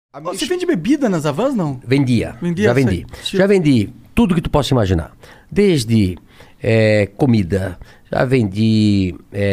Você vende bebida nas Havans, não? Vendia, já vendi. Tipo... Já vendi tudo que tu possa imaginar. Desde comida, já vendi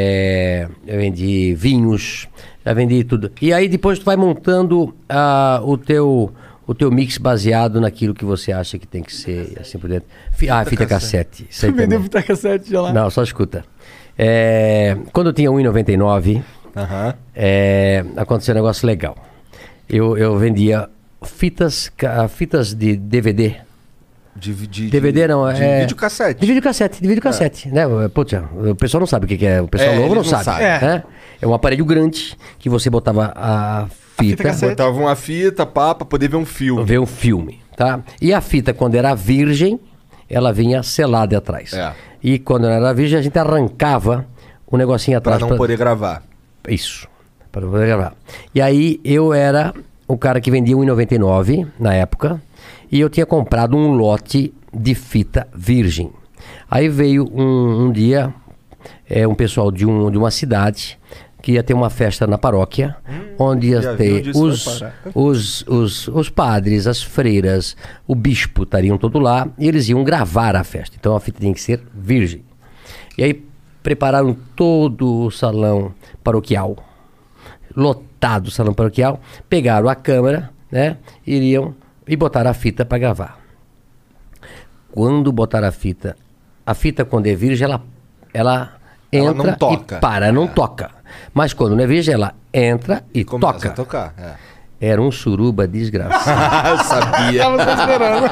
vinhos, já vendi tudo. E aí depois tu vai montando o teu mix baseado naquilo que você acha que tem que ser, assim por dentro. Fita cassete. Você vendeu fita cassete já lá? Não, só escuta. Quando eu tinha 1,99, aconteceu um negócio legal. Eu vendia fitas de DVD. DVD não, de videocassete. De videocassete, né? Putz, o pessoal não sabe o que é. O pessoal novo não sabe. Né? É um aparelho grande que você botava a fita. Botava uma fita, pra poder ver um filme. Ver um filme, tá? E a fita, quando era virgem, ela vinha selada atrás. E quando não era virgem, a gente arrancava o negocinho atrás. Pra não poder gravar. Isso, para não poder gravar. E aí eu era o cara que vendia 1,99 na época. E eu tinha comprado um lote de fita virgem. Aí veio um dia um pessoal de uma cidade que ia ter uma festa na paróquia, onde ia ter os padres, as freiras, o bispo estariam todos lá e eles iam gravar a festa. Então a fita tinha que ser virgem. E aí prepararam todo o salão paroquial, lotado o salão paroquial, pegaram a câmera, né, e botaram a fita para gravar. Quando botaram a fita quando é virgem, ela entra não toca. E para, não toca. Mas quando não é virgem, ela entra e começa toca. A tocar. Era um suruba desgraçado. Eu sabia. Tava só esperando.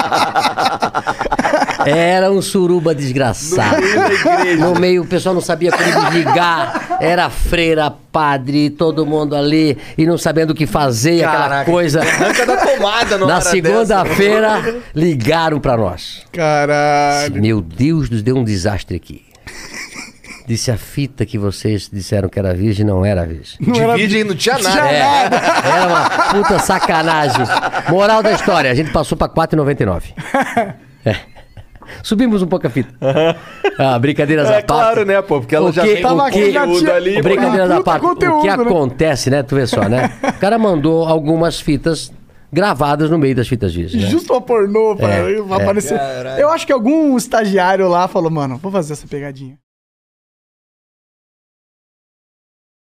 Era um suruba desgraçado. No meio da igreja. No meio, o pessoal não sabia como desligar. Era freira, padre, todo mundo ali. E não sabendo o que fazer, aquela coisa. Arranca da tomada, não. Na segunda-feira, ligaram pra nós. Caralho. Meu Deus, nos deu um desastre aqui. Disse a fita que vocês disseram que era virgem, não era virgem. De virgem não tinha nada. Era uma puta sacanagem. Moral da história, a gente passou pra 4,99. Subimos um pouco a fita. Brincadeiras à parte. Claro, né, pô? Porque ela já tem conteúdo ali. Brincadeiras à parte. O que né? acontece, né? Tu vê só, né? O cara mandou algumas fitas gravadas no meio das fitas virgens. Né? Justo uma pornô pra aparecer. Caralho. Eu acho que algum estagiário lá falou, mano, vou fazer essa pegadinha.